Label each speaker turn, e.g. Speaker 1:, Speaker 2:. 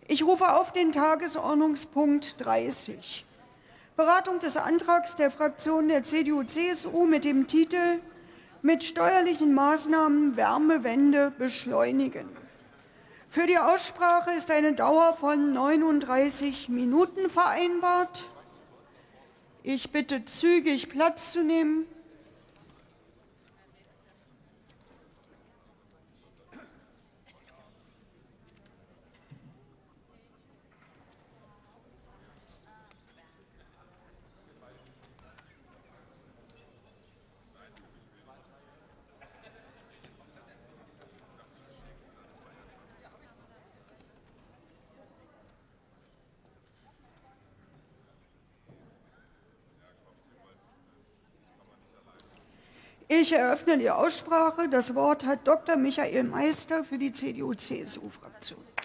Speaker 1: Ich rufe auf den Tagesordnungspunkt 30. Beratung des Antrags der Fraktion der CDU/CSU mit dem Titel „Mit steuerlichen Maßnahmen Wärmewende beschleunigen“. Für die Aussprache ist eine Dauer von 39 Minuten vereinbart. Ich bitte zügig Platz zu nehmen. Ich eröffne die Aussprache. Das Wort hat Dr. Michael Meister für die CDU/CSU-Fraktion.